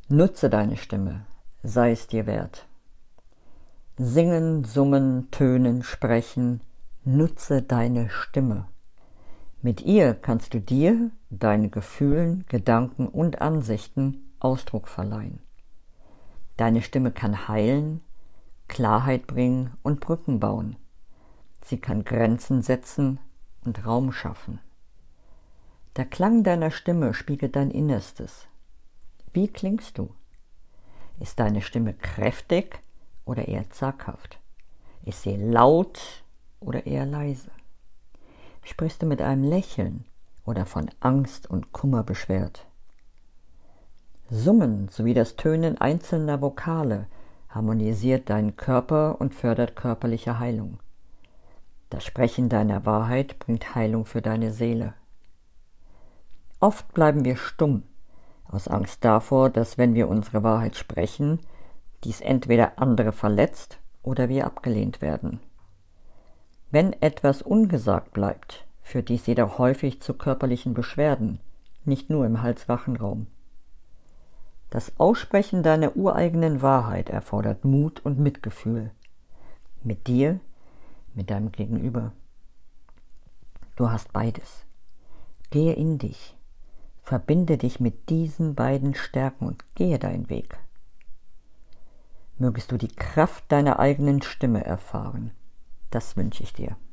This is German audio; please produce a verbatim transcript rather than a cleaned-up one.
Nutze deine Stimme, sei es dir wert. Singen, summen, tönen, sprechen, nutze deine Stimme. Mit ihr kannst du dir, deinen Gefühlen, Gedanken und Ansichten Ausdruck verleihen. Deine Stimme kann heilen, Klarheit bringen und Brücken bauen. Sie kann Grenzen setzen und Raum schaffen. Der Klang deiner Stimme spiegelt dein Innerstes. Wie klingst du? Ist deine Stimme kräftig oder eher zaghaft? Ist sie laut oder eher leise? Sprichst du mit einem Lächeln oder von Angst und Kummer beschwert? Summen sowie das Tönen einzelner Vokale harmonisiert deinen Körper und fördert körperliche Heilung. Das Sprechen deiner Wahrheit bringt Heilung für deine Seele. Oft bleiben wir stumm, aus Angst davor, dass, wenn wir unsere Wahrheit sprechen, dies entweder andere verletzt oder wir abgelehnt werden. Wenn etwas ungesagt bleibt, führt dies jedoch häufig zu körperlichen Beschwerden, nicht nur im Hals-Rachenraum. Das Aussprechen deiner ureigenen Wahrheit erfordert Mut und Mitgefühl. Mit dir, mit deinem Gegenüber. Du hast beides. Gehe in dich. Verbinde dich mit diesen beiden Stärken und gehe deinen Weg. Mögest du die Kraft deiner eigenen Stimme erfahren. Das wünsche ich dir.